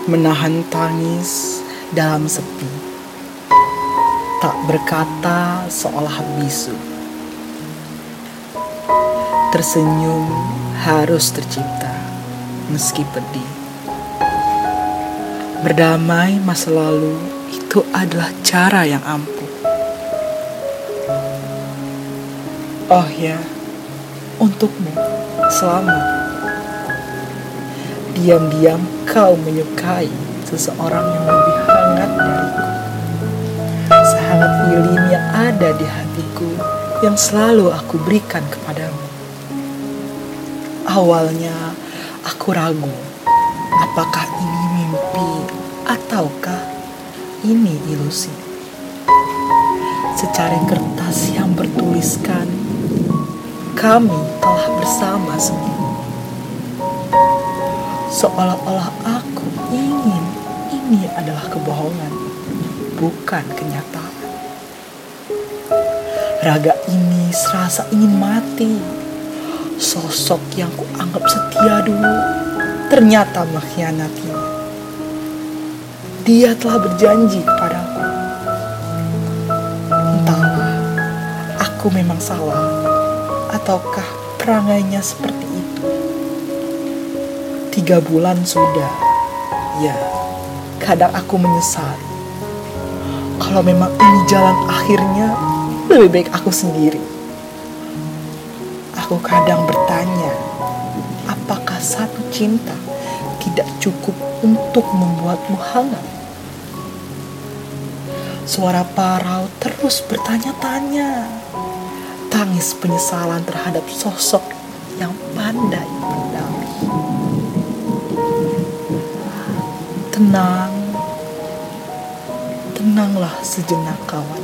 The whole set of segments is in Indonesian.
menahan tangis dalam sepi, tak berkata seolah bisu, tersenyum harus tercipta meski pedih. Berdamai masa lalu itu adalah cara yang ampuh. Oh ya, untukmu selamat. Diam-diam kau menyukai seseorang yang lebih hangat dariku. Sehangat lilin yang ada di hatiku yang selalu aku berikan kepadamu. Awalnya aku ragu, apakah ini mimpi ataukah ini ilusi. Secari kertas yang bertuliskan, kami telah bersama sendiri. Seolah-olah aku ingin ini adalah kebohongan, bukan kenyataan. Raga ini serasa ingin mati. Sosok yang kuanggap setia dulu ternyata mengkhianatinya. Dia telah berjanji kepadaku. Entahlah, aku memang salah ataukah perangainya seperti itu. 3 bulan sudah. Ya, kadang aku menyesal. Kalau memang ini jalan akhirnya, lebih baik aku sendiri. Aku kadang bertanya, apakah satu cinta tidak cukup untuk membuatmu hangat? Suara parau terus bertanya-tanya. Tangis penyesalan terhadap sosok yang pandai berdalih. Tenang, tenanglah sejenak kawan.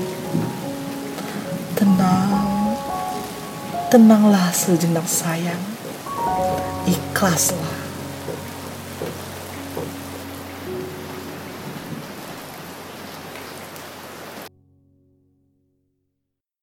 Tenang, tenanglah sejenak sayang. Ikhlaslah.